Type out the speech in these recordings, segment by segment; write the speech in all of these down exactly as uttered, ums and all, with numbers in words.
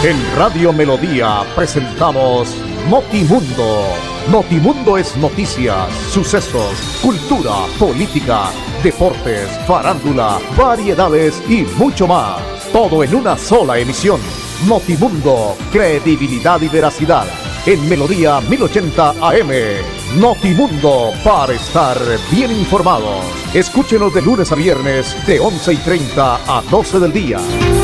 En Radio Melodía presentamos Notimundo. Notimundo es noticias, sucesos, cultura, política, deportes, farándula, variedades y mucho más. Todo en una sola emisión. Notimundo, credibilidad y veracidad. En Melodía mil ochenta A M. Notimundo, para estar bien informados. Escúchenos de lunes a viernes de once y treinta a doce del día.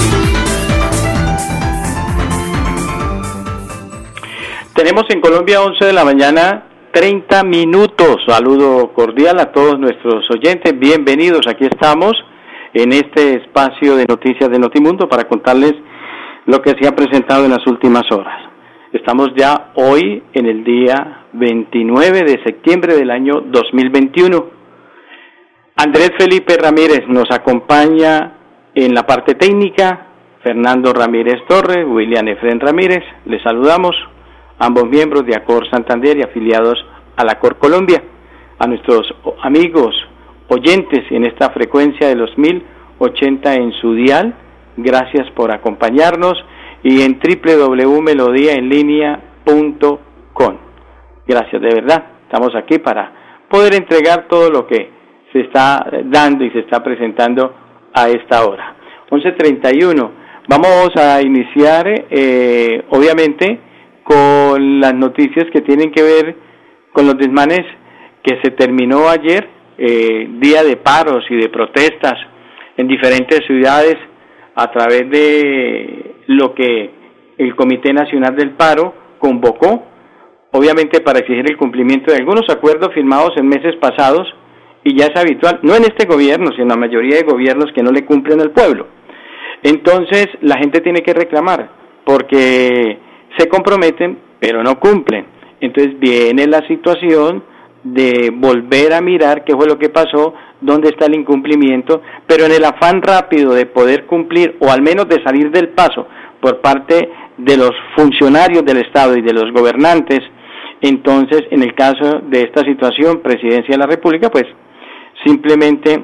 Tenemos en Colombia once de la mañana, treinta minutos. Saludo cordial a todos nuestros oyentes. Bienvenidos. Aquí estamos en este espacio de noticias de Notimundo para contarles lo que se ha presentado en las últimas horas. Estamos ya hoy en el día veintinueve de septiembre del año dos mil veintiuno. Andrés Felipe Ramírez nos acompaña en la parte técnica. Fernando Ramírez Torres, William Efren Ramírez. Les saludamos. Ambos miembros de Acor Santander y afiliados a la Acor Colombia, a nuestros amigos oyentes en esta frecuencia de los mil ochenta en su dial, gracias por acompañarnos, y en doble u doble u doble u punto melodía en línea punto com. Gracias, de verdad, estamos aquí para poder entregar todo lo que se está dando y se está presentando a esta hora. once treinta y uno, vamos a iniciar, eh, obviamente, con las noticias que tienen que ver con los desmanes que se terminó ayer, eh, día de paros y de protestas en diferentes ciudades a través de lo que el Comité Nacional del Paro convocó, obviamente para exigir el cumplimiento de algunos acuerdos firmados en meses pasados, y ya es habitual, no en este gobierno, sino en la mayoría de gobiernos que no le cumplen al pueblo. Entonces la gente tiene que reclamar, porque se comprometen, pero no cumplen. Entonces viene la situación de volver a mirar qué fue lo que pasó, dónde está el incumplimiento, pero en el afán rápido de poder cumplir, o al menos de salir del paso por parte de los funcionarios del Estado y de los gobernantes. Entonces, en el caso de esta situación, Presidencia de la República, pues simplemente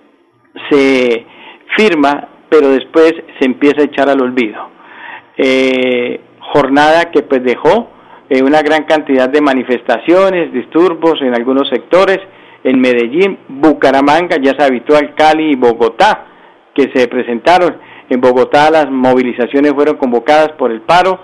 se firma, pero después se empieza a echar al olvido. Eh, jornada que pues dejó eh, una gran cantidad de manifestaciones, disturbios en algunos sectores, en Medellín, Bucaramanga, ya es habitual, Cali y Bogotá, que se presentaron. En Bogotá las movilizaciones fueron convocadas por el paro,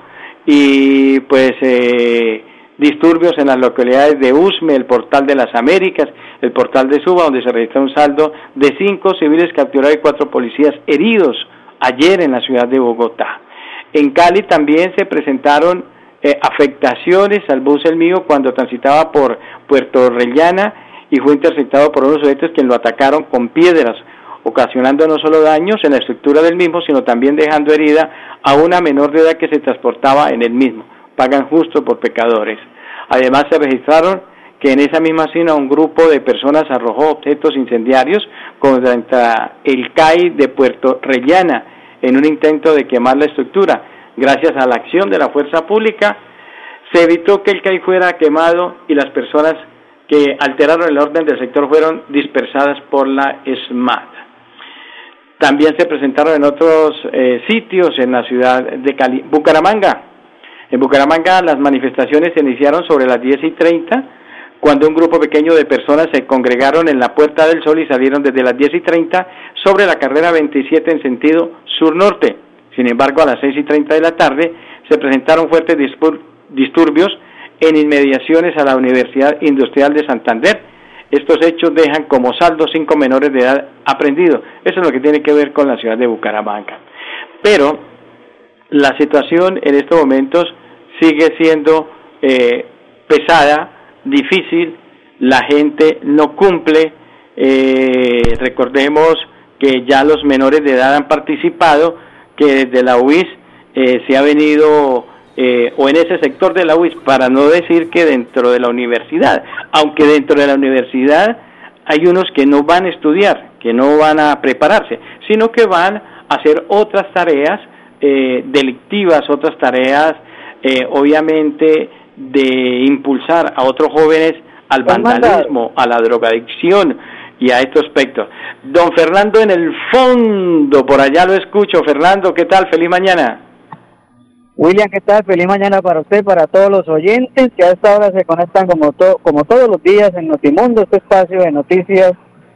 y pues eh, disturbios en las localidades de Usme, el Portal de las Américas, el Portal de Suba, donde se registró un saldo de cinco civiles capturados y cuatro policías heridos ayer en la ciudad de Bogotá. En Cali también se presentaron eh, afectaciones al bus El Mío cuando transitaba por Puerto Orellana y fue interceptado por unos sujetos que lo atacaron con piedras, ocasionando no solo daños en la estructura del mismo, sino también dejando herida a una menor de edad que se transportaba en el mismo. Pagan justo por pecadores. Además se registraron que en esa misma escena un grupo de personas arrojó objetos incendiarios contra el C A I de Puerto Orellana, en un intento de quemar la estructura. Gracias a la acción de la fuerza pública, se evitó que el C A I fuera quemado y las personas que alteraron el orden del sector fueron dispersadas por la SMAT. También se presentaron en otros eh, sitios en la ciudad de Cali. Bucaramanga. En Bucaramanga las manifestaciones se iniciaron sobre las diez y treinta, cuando un grupo pequeño de personas se congregaron en la Puerta del Sol y salieron desde las diez y treinta sobre la carrera veintisiete en sentido sur-norte. Sin embargo, a las seis y treinta de la tarde se presentaron fuertes disturbios en inmediaciones a la Universidad Industrial de Santander. Estos hechos dejan como saldo cinco menores de edad aprendidos. Eso es lo que tiene que ver con la ciudad de Bucaramanga. Pero la situación en estos momentos sigue siendo eh, pesada, difícil, la gente no cumple. Eh, recordemos que ya los menores de edad han participado, que desde la U I S eh, se ha venido, eh, o en ese sector de la U I S, para no decir que dentro de la universidad, aunque dentro de la universidad hay unos que no van a estudiar, que no van a prepararse, sino que van a hacer otras tareas eh, delictivas, otras tareas eh, obviamente de impulsar a otros jóvenes al vandalismo, a la drogadicción y a estos aspectos. Don Fernando en el fondo, por allá lo escucho. Fernando, ¿qué tal? Feliz mañana. William, ¿qué tal? Feliz mañana para usted, para todos los oyentes que a esta hora se conectan como, to como todos los días en Notimundo, este espacio de noticias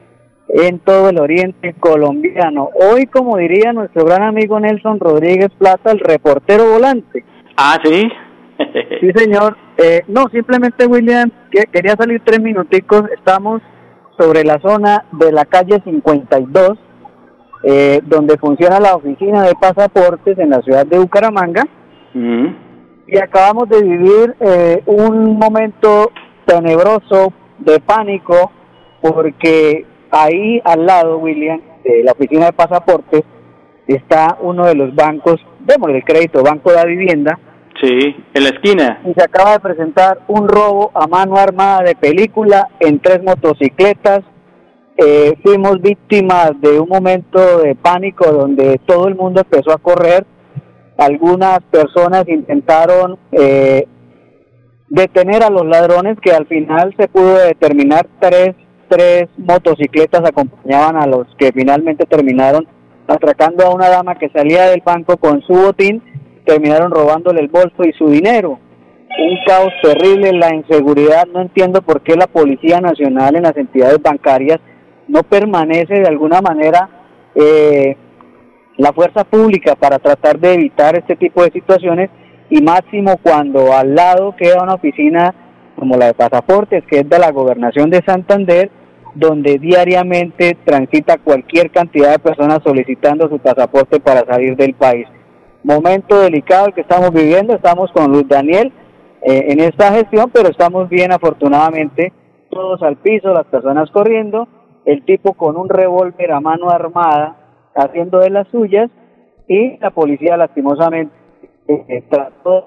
en todo el oriente colombiano. Hoy, como diría nuestro gran amigo Nelson Rodríguez Plata, el reportero volante. Ah, ¿sí? Sí, señor. Eh, no, simplemente, William, que quería salir tres minuticos. Estamos sobre la zona de la calle cincuenta y dos, eh, donde funciona la oficina de pasaportes en la ciudad de Bucaramanga. Mm. Y acabamos de vivir eh, un momento tenebroso de pánico, porque ahí al lado, William, de la oficina de pasaportes, está uno de los bancos, démosle el crédito, Banco de la Vivienda. Sí, en la esquina. Y se acaba de presentar un robo a mano armada de película en tres motocicletas. Eh, fuimos víctimas de un momento de pánico donde todo el mundo empezó a correr. Algunas personas intentaron eh, detener a los ladrones, que al final se pudo determinar tres, tres motocicletas acompañaban a los que finalmente terminaron atracando a una dama que salía del banco con su botín, terminaron robándole el bolso y su dinero. Un caos terrible, la inseguridad. No entiendo por qué la Policía Nacional en las entidades bancarias no permanece de alguna manera eh, la fuerza pública para tratar de evitar este tipo de situaciones, y máximo cuando al lado queda una oficina como la de pasaportes, que es de la Gobernación de Santander, donde diariamente transita cualquier cantidad de personas solicitando su pasaporte para salir del país. Momento delicado el que estamos viviendo. Estamos con Luis Daniel eh, en esta gestión, pero estamos bien, afortunadamente, todos al piso, las personas corriendo, el tipo con un revólver a mano armada haciendo de las suyas, y la policía lastimosamente eh, trató,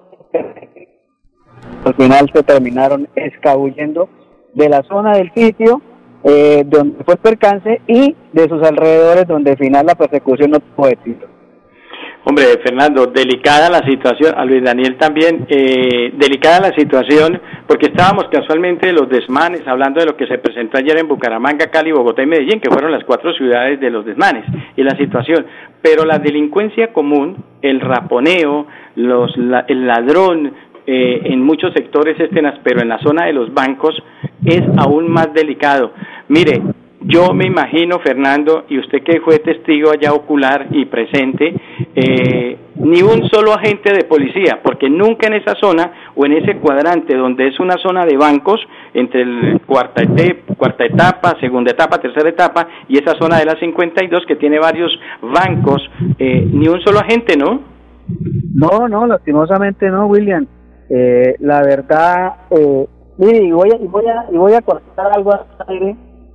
al final se terminaron escabullendo de la zona del sitio eh, donde fue el percance y de sus alrededores, donde al final la persecución no tuvo éxito. Hombre, Fernando, delicada la situación, a Luis Daniel también, eh, delicada la situación, porque estábamos casualmente los desmanes, hablando de lo que se presentó ayer en Bucaramanga, Cali, Bogotá y Medellín, que fueron las cuatro ciudades de los desmanes, y la situación, pero la delincuencia común, el raponeo, los, la, el ladrón, eh, en muchos sectores estenas, pero en la zona de los bancos, es aún más delicado. Mire, yo me imagino, Fernando, y usted que fue testigo allá ocular y presente, eh, ni un solo agente de policía, porque nunca en esa zona o en ese cuadrante donde es una zona de bancos, entre el cuarta, etapa, cuarta etapa, segunda etapa, tercera etapa, y esa zona de la cincuenta y dos que tiene varios bancos, eh, ni un solo agente, ¿no? No, no, lastimosamente no, William. Eh, la verdad, eh, mire, y voy a, y voy a, y voy a cortar algo al aire,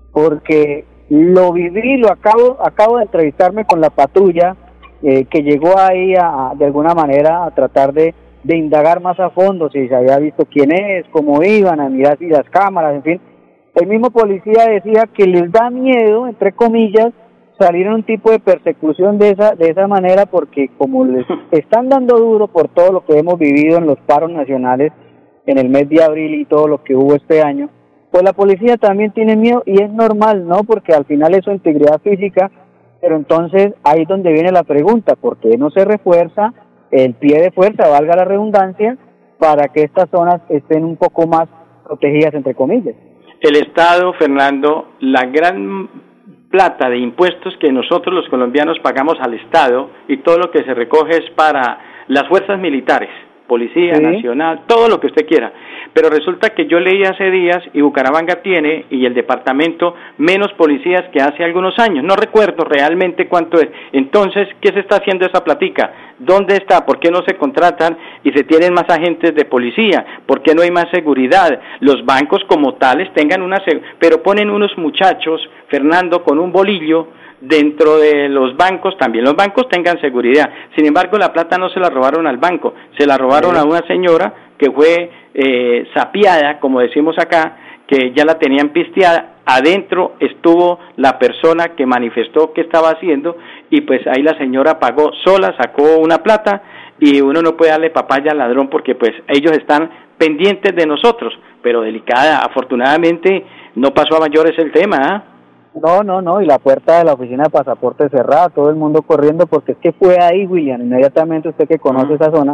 porque lo viví, lo acabo, acabo de entrevistarme con la patrulla eh, que llegó ahí a, a, de alguna manera a tratar de, de indagar más a fondo si se había visto quién es, cómo iban, a mirar si las cámaras, en fin. El mismo policía decía que les da miedo, entre comillas, salir en un tipo de persecución de esa, de esa manera, porque como les están dando duro por todo lo que hemos vivido en los paros nacionales en el mes de abril y todo lo que hubo este año, pues la policía también tiene miedo, y es normal, ¿no? Porque al final es su integridad física, pero entonces ahí es donde viene la pregunta: ¿por qué no se refuerza el pie de fuerza, valga la redundancia, para que estas zonas estén un poco más protegidas, entre comillas? El Estado, Fernando, la gran plata de impuestos que nosotros los colombianos pagamos al Estado, y todo lo que se recoge es para las fuerzas militares, Policía ¿Sí? Nacional, todo lo que usted quiera. Pero resulta que yo leí hace días, y Bucaramanga tiene, y el departamento, menos policías que hace algunos años. No recuerdo realmente cuánto es. Entonces, ¿qué se está haciendo esa platica? ¿Dónde está? ¿Por qué no se contratan y se tienen más agentes de policía? ¿Por qué no hay más seguridad? Los bancos como tales tengan una... pero ponen unos muchachos, Fernando, con un bolillo dentro de los bancos, también los bancos tengan seguridad. Sin embargo, la plata no se la robaron al banco, se la robaron a una señora que fue eh, sapiada, como decimos acá, que ya la tenían pisteada. Adentro estuvo la persona que manifestó qué estaba haciendo, y pues ahí la señora pagó sola, sacó una plata, y uno no puede darle papaya al ladrón porque pues ellos están pendientes de nosotros, pero delicada. Afortunadamente no pasó a mayores el tema, ¿ah? ¿eh? No, no, no, y la puerta de la oficina de pasaporte cerrada, todo el mundo corriendo, porque es que fue ahí, William, inmediatamente usted que conoce uh-huh. esa zona,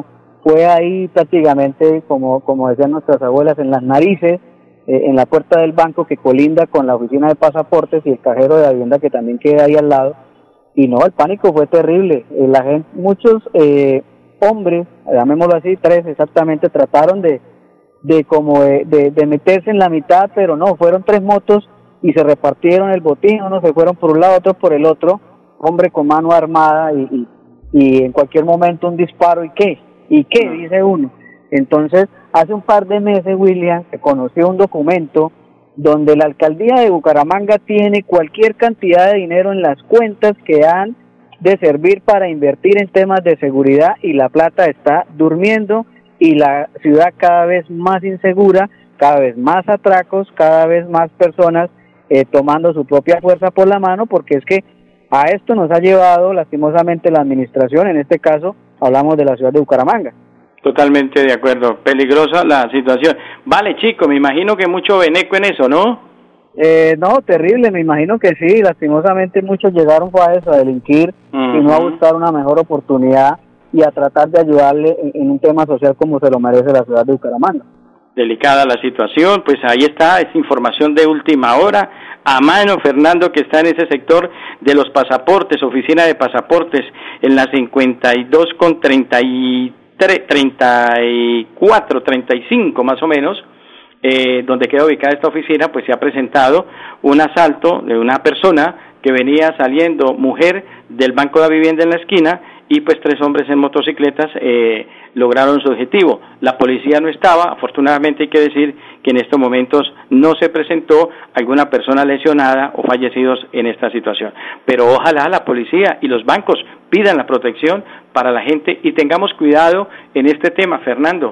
fue ahí prácticamente, como, como decían nuestras abuelas, en las narices, eh, en la puerta del banco que colinda con la oficina de pasaportes y el cajero de Hacienda que también queda ahí al lado. Y no, el pánico fue terrible. Eh, la gente, muchos eh, hombres, llamémoslo así, tres exactamente, trataron de, de como de, de, de meterse en la mitad, pero no, fueron tres motos y se repartieron el botín, unos se fueron por un lado, otros por el otro, hombre con mano armada y, y, y en cualquier momento un disparo, ¿y qué? ¿Y qué? Dice uno. Entonces, hace un par de meses, William, se conoció un documento donde la alcaldía de Bucaramanga tiene cualquier cantidad de dinero en las cuentas que han de servir para invertir en temas de seguridad y la plata está durmiendo y la ciudad cada vez más insegura, cada vez más atracos, cada vez más personas eh, tomando su propia fuerza por la mano, porque es que a esto nos ha llevado lastimosamente la administración, en este caso hablamos de la ciudad de Bucaramanga. Totalmente de acuerdo, peligrosa la situación. Vale, chico, me imagino que mucho veneco en eso, ¿no? Eh, no, terrible, me imagino que sí, lastimosamente muchos llegaron a eso, a delinquir uh-huh. y no a buscar una mejor oportunidad y a tratar de ayudarle en, en un tema social como se lo merece la ciudad de Bucaramanga. Delicada la situación, pues ahí está, es información de última hora. A mano, Fernando, que está en ese sector de los pasaportes, oficina de pasaportes, en la cincuenta y dos con treinta y tres, treinta y cuatro, treinta y cinco más o menos, eh, donde queda ubicada esta oficina, pues se ha presentado un asalto de una persona que venía saliendo, mujer, del Banco de la Vivienda en la esquina, y pues tres hombres en motocicletas eh, lograron su objetivo. La policía no estaba, afortunadamente hay que decir que en estos momentos no se presentó alguna persona lesionada o fallecidos en esta situación. Pero ojalá la policía y los bancos pidan la protección para la gente y tengamos cuidado en este tema, Fernando,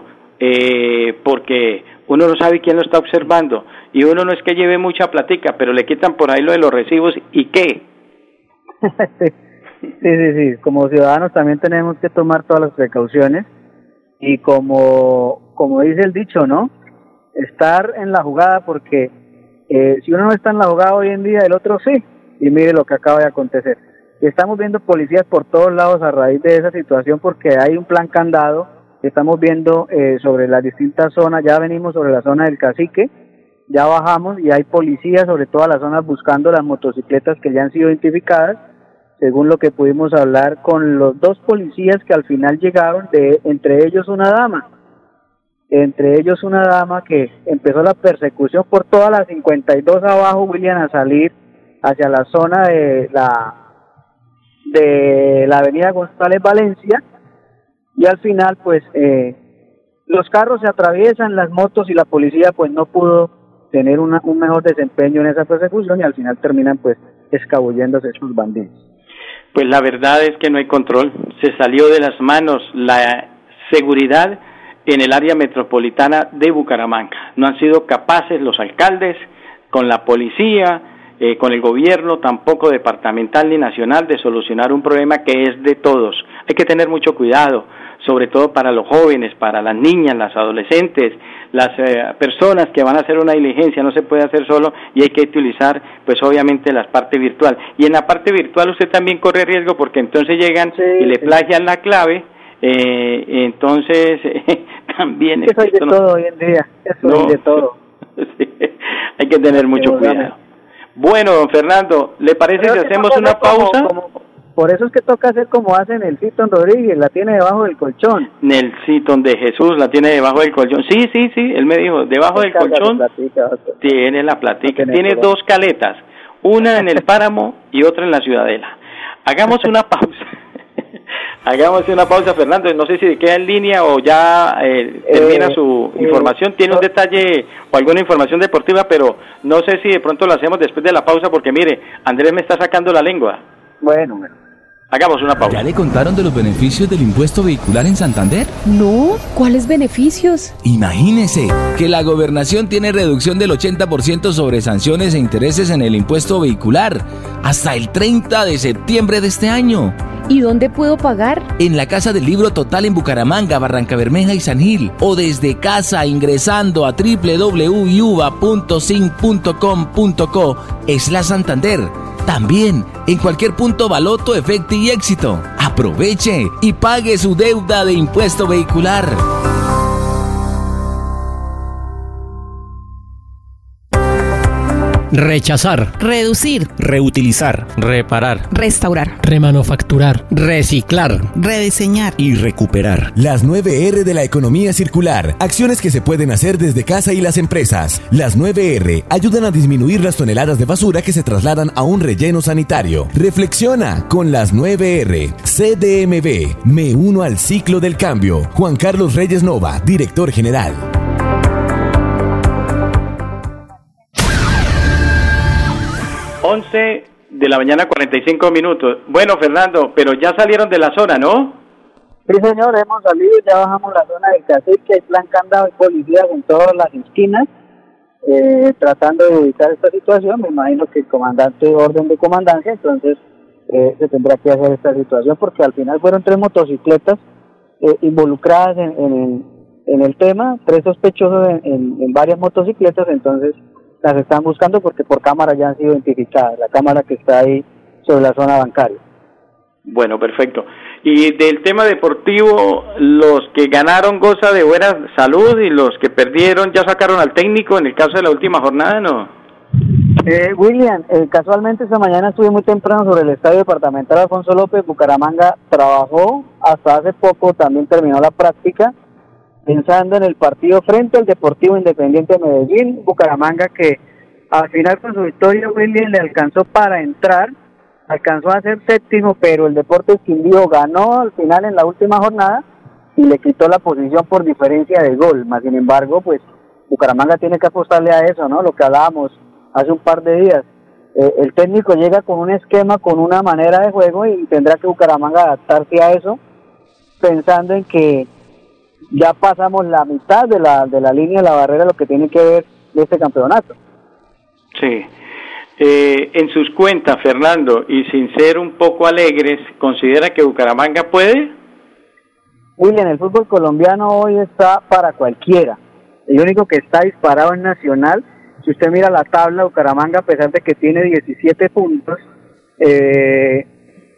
eh, porque uno no sabe quién lo está observando y uno no es que lleve mucha platica, pero le quitan por ahí lo de los recibos y ¿qué? Sí, sí, sí, como ciudadanos también tenemos que tomar todas las precauciones y como, como dice el dicho, ¿no? Estar en la jugada porque eh, si uno no está en la jugada hoy en día, el otro sí, y mire lo que acaba de acontecer. Estamos viendo policías por todos lados a raíz de esa situación porque hay un plan candado, estamos viendo eh, sobre las distintas zonas, ya venimos sobre la zona del Cacique, ya bajamos y hay policías sobre todas las zonas buscando las motocicletas que ya han sido identificadas, según lo que pudimos hablar con los dos policías que al final llegaron, de entre ellos una dama, entre ellos una dama que empezó la persecución por todas las cincuenta y dos abajo, William, a salir hacia la zona de la de la avenida González Valencia, y al final pues eh, los carros se atraviesan, las motos, y la policía pues no pudo tener una, un mejor desempeño en esa persecución y al final terminan pues escabulléndose esos bandidos. Pues la verdad es que no hay control, se salió de las manos la seguridad en el área metropolitana de Bucaramanga. No han sido capaces los alcaldes, con la policía, eh, con el gobierno, tampoco departamental ni nacional, de solucionar un problema que es de todos. Hay que tener mucho cuidado, sobre todo para los jóvenes, para las niñas, las adolescentes, las eh, personas que van a hacer una diligencia. No se puede hacer solo y hay que utilizar pues obviamente la parte virtual, y en la parte virtual usted también corre riesgo porque entonces llegan sí, y le sí. plagian la clave, eh, entonces eh, también eso hay de no, todo hoy en día, eso no, hay de todo. Sí, hay que tener mucho sí, cuidado. Bueno, don Fernando, ¿le parece Pero si hacemos una pausa? Como, como, por eso es que toca hacer como hacen el Citon Rodríguez, la tiene debajo del colchón. El Citon de Jesús la tiene debajo del colchón. Sí, sí, sí, él me dijo, debajo del colchón platica, tiene la platica. No tiene dos caletas, una en el páramo y otra en la Ciudadela. Hagamos una pausa. Hagamos una pausa, Fernando. No sé si queda en línea o ya eh, termina eh, su eh, información. Tiene un detalle o alguna información deportiva, pero no sé si de pronto lo hacemos después de la pausa, porque mire, Andrés me está sacando la lengua. Bueno, bueno. Hagamos una pausa. ¿Ya le contaron de los beneficios del impuesto vehicular en Santander? No, ¿cuáles beneficios? Imagínese que la gobernación tiene reducción del ochenta por ciento sobre sanciones e intereses en el impuesto vehicular hasta el treinta de septiembre de este año. ¿Y dónde puedo pagar? En la Casa del Libro Total en Bucaramanga, Barrancabermeja y San Gil, o desde casa ingresando a doble u doble u doble u punto yuba punto sin punto com punto co slash Santander. También en cualquier punto Baloto, Efecti y Éxito. Aproveche y pague su deuda de impuesto vehicular. Rechazar, reducir, reutilizar, reparar, restaurar, remanufacturar, reciclar, rediseñar y recuperar. Las nueve erre de la economía circular. Acciones que se pueden hacer desde casa y las empresas. Las nueve erre ayudan a disminuir las toneladas de basura que se trasladan a un relleno sanitario. Reflexiona con las nueve erre. C D M V. Me uno al ciclo del cambio. Juan Carlos Reyes Nova, director general. once de la mañana, cuarenta y cinco minutos. Bueno, Fernando, pero ya salieron de la zona, ¿no? Sí, señor, hemos salido, ya bajamos la zona del cacique, hay plan candado, hay policías en todas las esquinas, eh, tratando de evitar esta situación. Me imagino que el comandante, orden de comandancia, entonces eh, se tendrá que hacer esta situación, porque al final fueron tres motocicletas eh, involucradas en, en, el, en el tema, tres sospechosos en, en, en varias motocicletas, entonces las están buscando porque por cámara ya han sido identificadas, la cámara que está ahí sobre la zona bancaria. Bueno, perfecto. Y del tema deportivo, los que ganaron goza de buena salud y los que perdieron ya sacaron al técnico en el caso de la última jornada, ¿no? Eh, William, eh, casualmente esta mañana estuve muy temprano sobre el estadio departamental Alfonso López. Bucaramanga trabajó hasta hace poco, también terminó la práctica, pensando en el partido frente al Deportivo Independiente de Medellín. Bucaramanga que al final con su victoria, William, le alcanzó para entrar, alcanzó a ser séptimo, pero el Deportes Quindío ganó al final en la última jornada y le quitó la posición por diferencia de gol. Más sin embargo, pues Bucaramanga tiene que apostarle a eso, ¿no? Lo que hablábamos hace un par de días. Eh, el técnico llega con un esquema, con una manera de juego y tendrá que Bucaramanga adaptarse a eso, pensando en que ya pasamos la mitad de la de la línea de la barrera, lo que tiene que ver de este campeonato. Sí. Eh, en sus cuentas, Fernando, y sin ser un poco alegres, ¿considera que Bucaramanga puede? William, el fútbol colombiano hoy está para cualquiera. El único que está disparado es Nacional. Si usted mira la tabla, Bucaramanga, a pesar de que tiene diecisiete puntos, eh,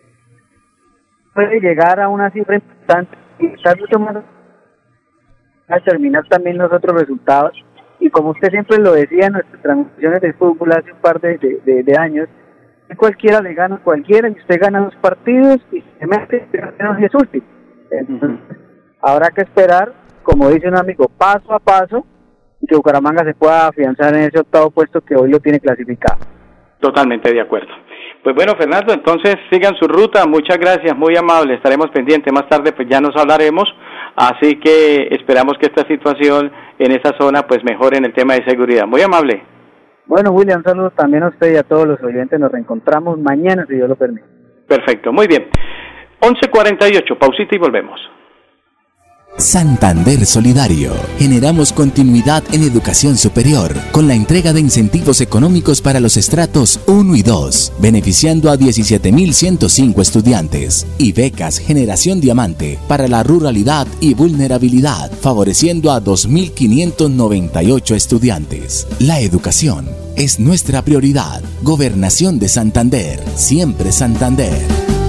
puede llegar a una cifra importante y estar mucho más a terminar también los otros resultados. Y como usted siempre lo decía en nuestras transmisiones de fútbol hace un par de, de, de, de años, cualquiera le gana a cualquiera y usted gana los partidos y se mete y es último. Entonces, habrá que esperar, como dice un amigo, paso a paso, y que Bucaramanga se pueda afianzar en ese octavo puesto que hoy lo tiene clasificado. Totalmente de acuerdo. Pues bueno, Fernando, entonces sigan su ruta. Muchas gracias, muy amable. Estaremos pendientes. Más tarde pues ya nos hablaremos. Así que esperamos que esta situación en esa zona pues mejore en el tema de seguridad. Muy amable. Bueno, William, saludos también a usted y a todos los oyentes. Nos reencontramos mañana, si Dios lo permite. Perfecto, muy bien. once cuarenta y ocho, pausita y volvemos. Santander Solidario. Generamos continuidad en educación superior con la entrega de incentivos económicos para los estratos uno y dos, beneficiando a diecisiete mil ciento cinco estudiantes, y becas Generación Diamante para la ruralidad y vulnerabilidad, favoreciendo a dos mil quinientos noventa y ocho estudiantes. La educación es nuestra prioridad. Gobernación de Santander, siempre Santander.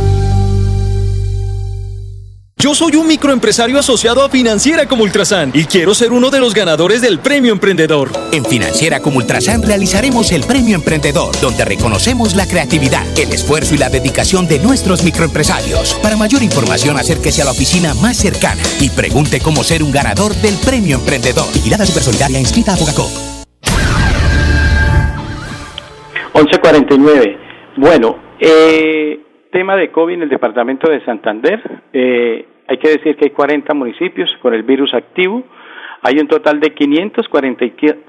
Yo soy un microempresario asociado a Financiera como Ultrasan y quiero ser uno de los ganadores del Premio Emprendedor. En Financiera como Ultrasan realizaremos el Premio Emprendedor, donde reconocemos la creatividad, el esfuerzo y la dedicación de nuestros microempresarios. Para mayor información, acérquese a la oficina más cercana y pregunte cómo ser un ganador del Premio Emprendedor. Vigilada Supersolidaria, inscrita a Fogacop. once cuarenta y nueve. Bueno, eh... tema de COVID en el departamento de Santander. Eh, hay que decir que hay cuarenta municipios con el virus activo. Hay un total de quinientos cuarenta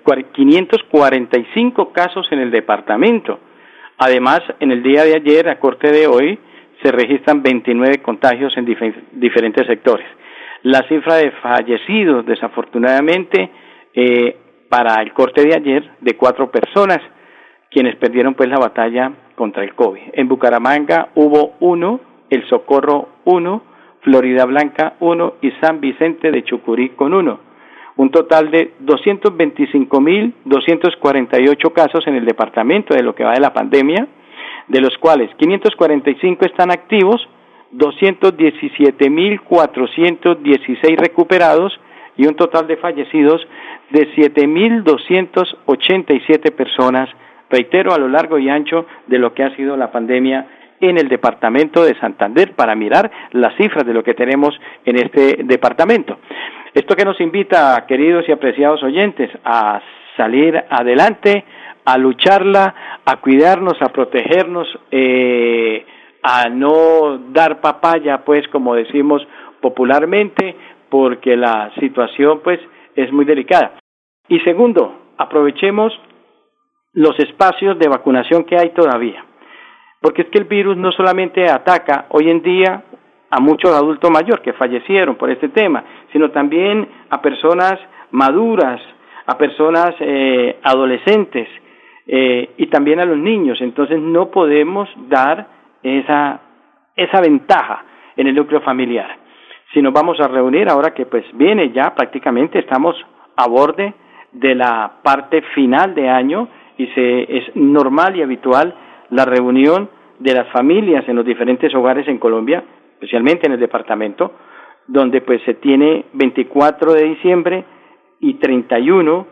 y cinco casos en el departamento. Además, en el día de ayer, a corte de hoy, se registran veintinueve contagios en dif- diferentes sectores. La cifra de fallecidos, desafortunadamente, eh, para el corte de ayer, de cuatro personas, quienes perdieron pues la batalla contra el COVID. En Bucaramanga hubo uno, El Socorro uno, Florida Blanca uno y San Vicente de Chucurí con uno. Un total de doscientos veinticinco mil doscientos cuarenta y ocho casos en el departamento de lo que va de la pandemia, de los cuales quinientos cuarenta y cinco están activos, doscientos diecisiete mil cuatrocientos dieciséis recuperados y un total de fallecidos de siete mil doscientas ochenta y siete personas, reitero, a lo largo y ancho de lo que ha sido la pandemia en el departamento de Santander, para mirar las cifras de lo que tenemos en este departamento. Esto que nos invita, queridos y apreciados oyentes, a salir adelante, a lucharla, a cuidarnos, a protegernos, eh, a no dar papaya, pues, como decimos popularmente, porque la situación, pues, es muy delicada. Y segundo, aprovechemos los espacios de vacunación que hay todavía, porque es que el virus no solamente ataca hoy en día a muchos adultos mayores que fallecieron por este tema, sino también a personas maduras, a personas eh, adolescentes eh, y también a los niños. Entonces no podemos dar esa esa ventaja en el núcleo familiar. Si nos vamos a reunir ahora que pues viene ya prácticamente, estamos a borde de la parte final de año y se es normal y habitual la reunión de las familias en los diferentes hogares en Colombia, especialmente en el departamento, donde pues se tiene veinticuatro de diciembre y treinta y uno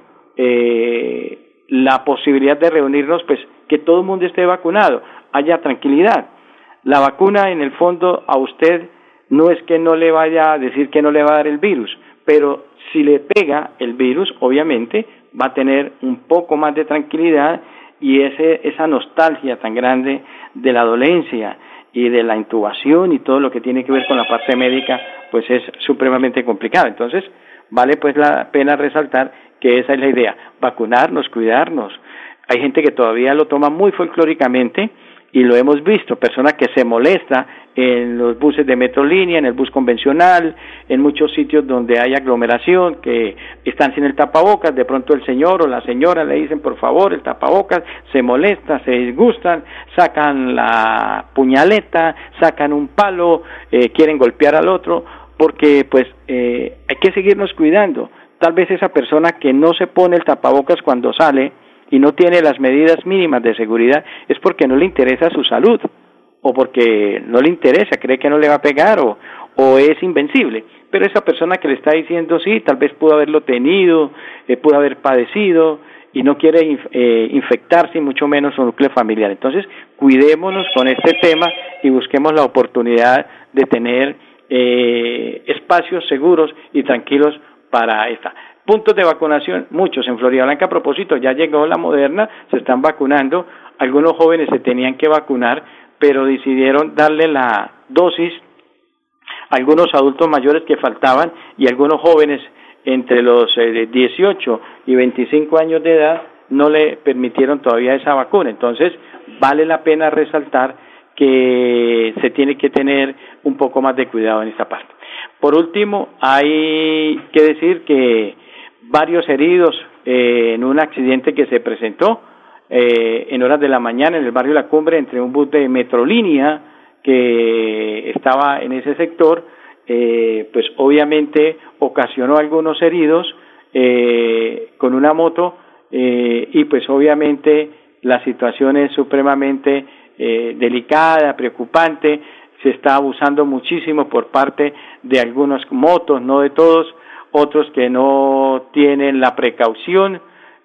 eh, la posibilidad de reunirnos, pues que todo el mundo esté vacunado, haya tranquilidad. La vacuna en el fondo a usted no es que no le vaya a decir que no le va a dar el virus, pero si le pega el virus, obviamente va a tener un poco más de tranquilidad y ese esa nostalgia tan grande de la dolencia y de la intubación y todo lo que tiene que ver con la parte médica, pues es supremamente complicado. Entonces, vale pues la pena resaltar que esa es la idea, vacunarnos, cuidarnos. Hay gente que todavía lo toma muy folclóricamente y lo hemos visto, personas que se molesta en los buses de Metrolínea, en el bus convencional, en muchos sitios donde hay aglomeración, que están sin el tapabocas, de pronto el señor o la señora le dicen por favor el tapabocas, se molesta, se disgustan, sacan la puñaleta, sacan un palo, eh, quieren golpear al otro, porque pues eh, hay que seguirnos cuidando. Tal vez esa persona que no se pone el tapabocas cuando sale y no tiene las medidas mínimas de seguridad es porque no le interesa su salud o porque no le interesa, cree que no le va a pegar o, o es invencible. Pero esa persona que le está diciendo sí, tal vez pudo haberlo tenido, eh, pudo haber padecido y no quiere inf eh, infectarse y mucho menos su núcleo familiar. Entonces, cuidémonos con este tema y busquemos la oportunidad de tener eh, espacios seguros y tranquilos para esta. Puntos de vacunación, muchos en Florida Blanca. A propósito, ya llegó la Moderna, se están vacunando. Algunos jóvenes se tenían que vacunar, pero decidieron darle la dosis a algunos adultos mayores que faltaban y algunos jóvenes entre los eh, dieciocho y veinticinco años de edad no le permitieron todavía esa vacuna. Entonces, vale la pena resaltar que se tiene que tener un poco más de cuidado en esta parte. Por último, hay que decir que varios heridos eh, en un accidente que se presentó eh, en horas de la mañana en el barrio La Cumbre entre un bus de Metrolínea que estaba en ese sector, eh, pues obviamente ocasionó algunos heridos eh, con una moto eh, y pues obviamente la situación es supremamente eh, delicada, preocupante. Se está abusando muchísimo por parte de algunas motos, no de todos, otros que no tienen la precaución.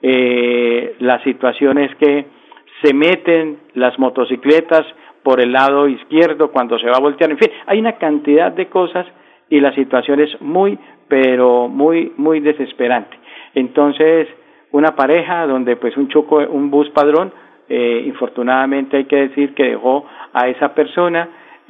Eh, la situación es que se meten las motocicletas por el lado izquierdo cuando se va a voltear, en fin, hay una cantidad de cosas y la situación es muy, pero muy, muy desesperante. Entonces, una pareja donde pues un choco, un bus padrón, eh, infortunadamente hay que decir que dejó a esa persona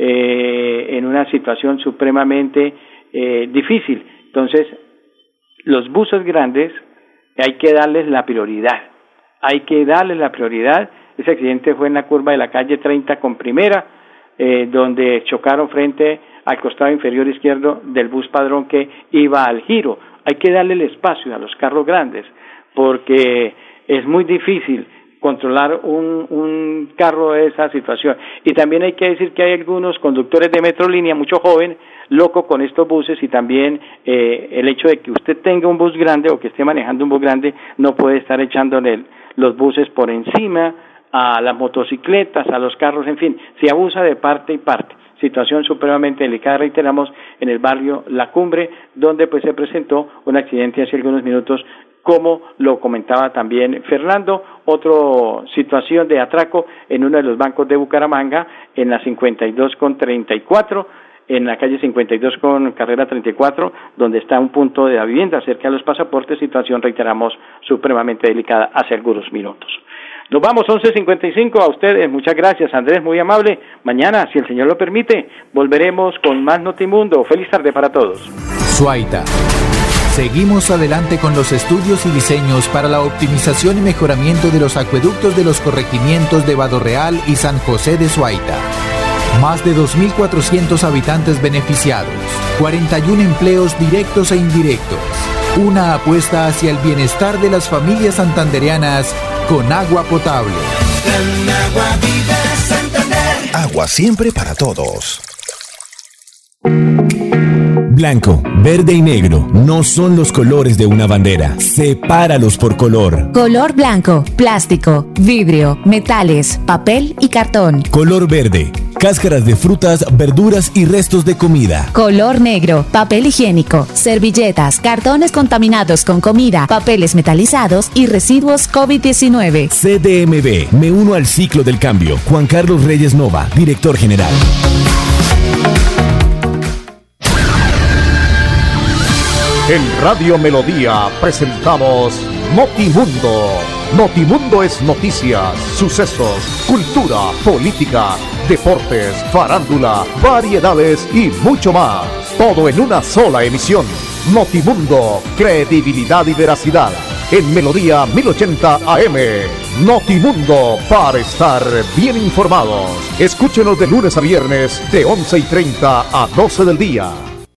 eh, en una situación supremamente eh, difícil. Entonces, los buses grandes hay que darles la prioridad, hay que darles la prioridad. Ese accidente fue en la curva de la calle treinta con Primera, eh, donde chocaron frente al costado inferior izquierdo del bus padrón que iba al giro. Hay que darle el espacio a los carros grandes, porque es muy difícil controlar un, un carro de esa situación. Y también hay que decir que hay algunos conductores de Metrolínea, mucho joven, loco con estos buses, y también eh, el hecho de que usted tenga un bus grande o que esté manejando un bus grande no puede estar echándole los buses por encima a las motocicletas, a los carros, en fin, se abusa de parte y parte. situación supremamente delicada, reiteramos, en el barrio La Cumbre, donde pues se presentó un accidente hace algunos minutos, como lo comentaba también Fernando. Otra situación de atraco en uno de los bancos de Bucaramanga, en la cincuenta y dos con treinta y cuatro, en la calle cincuenta y dos con carrera treinta y cuatro, donde está un punto de la vivienda cerca de los pasaportes, situación, reiteramos, supremamente delicada hace algunos minutos. Nos vamos, once cincuenta y cinco, a ustedes, muchas gracias, Andrés, muy amable. Mañana, si el Señor lo permite, volveremos con más Notimundo. Feliz tarde para todos. Suaita. Seguimos adelante con los estudios y diseños para la optimización y mejoramiento de los acueductos de los corregimientos de Badorreal y San José de Suaita. Más de dos mil cuatrocientos habitantes beneficiados, cuarenta y uno empleos directos e indirectos. Una apuesta hacia el bienestar de las familias santandereanas con agua potable. Agua Vida Santander. Agua siempre para todos. Blanco, verde y negro no son los colores de una bandera. Sepáralos por color. Color blanco, plástico, vidrio, metales, papel y cartón. Color verde, cáscaras de frutas, verduras y restos de comida. Color negro, papel higiénico, servilletas, cartones contaminados con comida, papeles metalizados y residuos COVID diecinueve. C D M B, me uno al ciclo del cambio. Juan Carlos Reyes Nova, director general. En Radio Melodía presentamos Notimundo. Notimundo es noticias, sucesos, cultura, política, deportes, farándula, variedades y mucho más. Todo en una sola emisión. Notimundo, credibilidad y veracidad. En Melodía mil ochenta A M. Notimundo, para estar bien informados. Escúchenos de lunes a viernes de once y treinta a doce del día.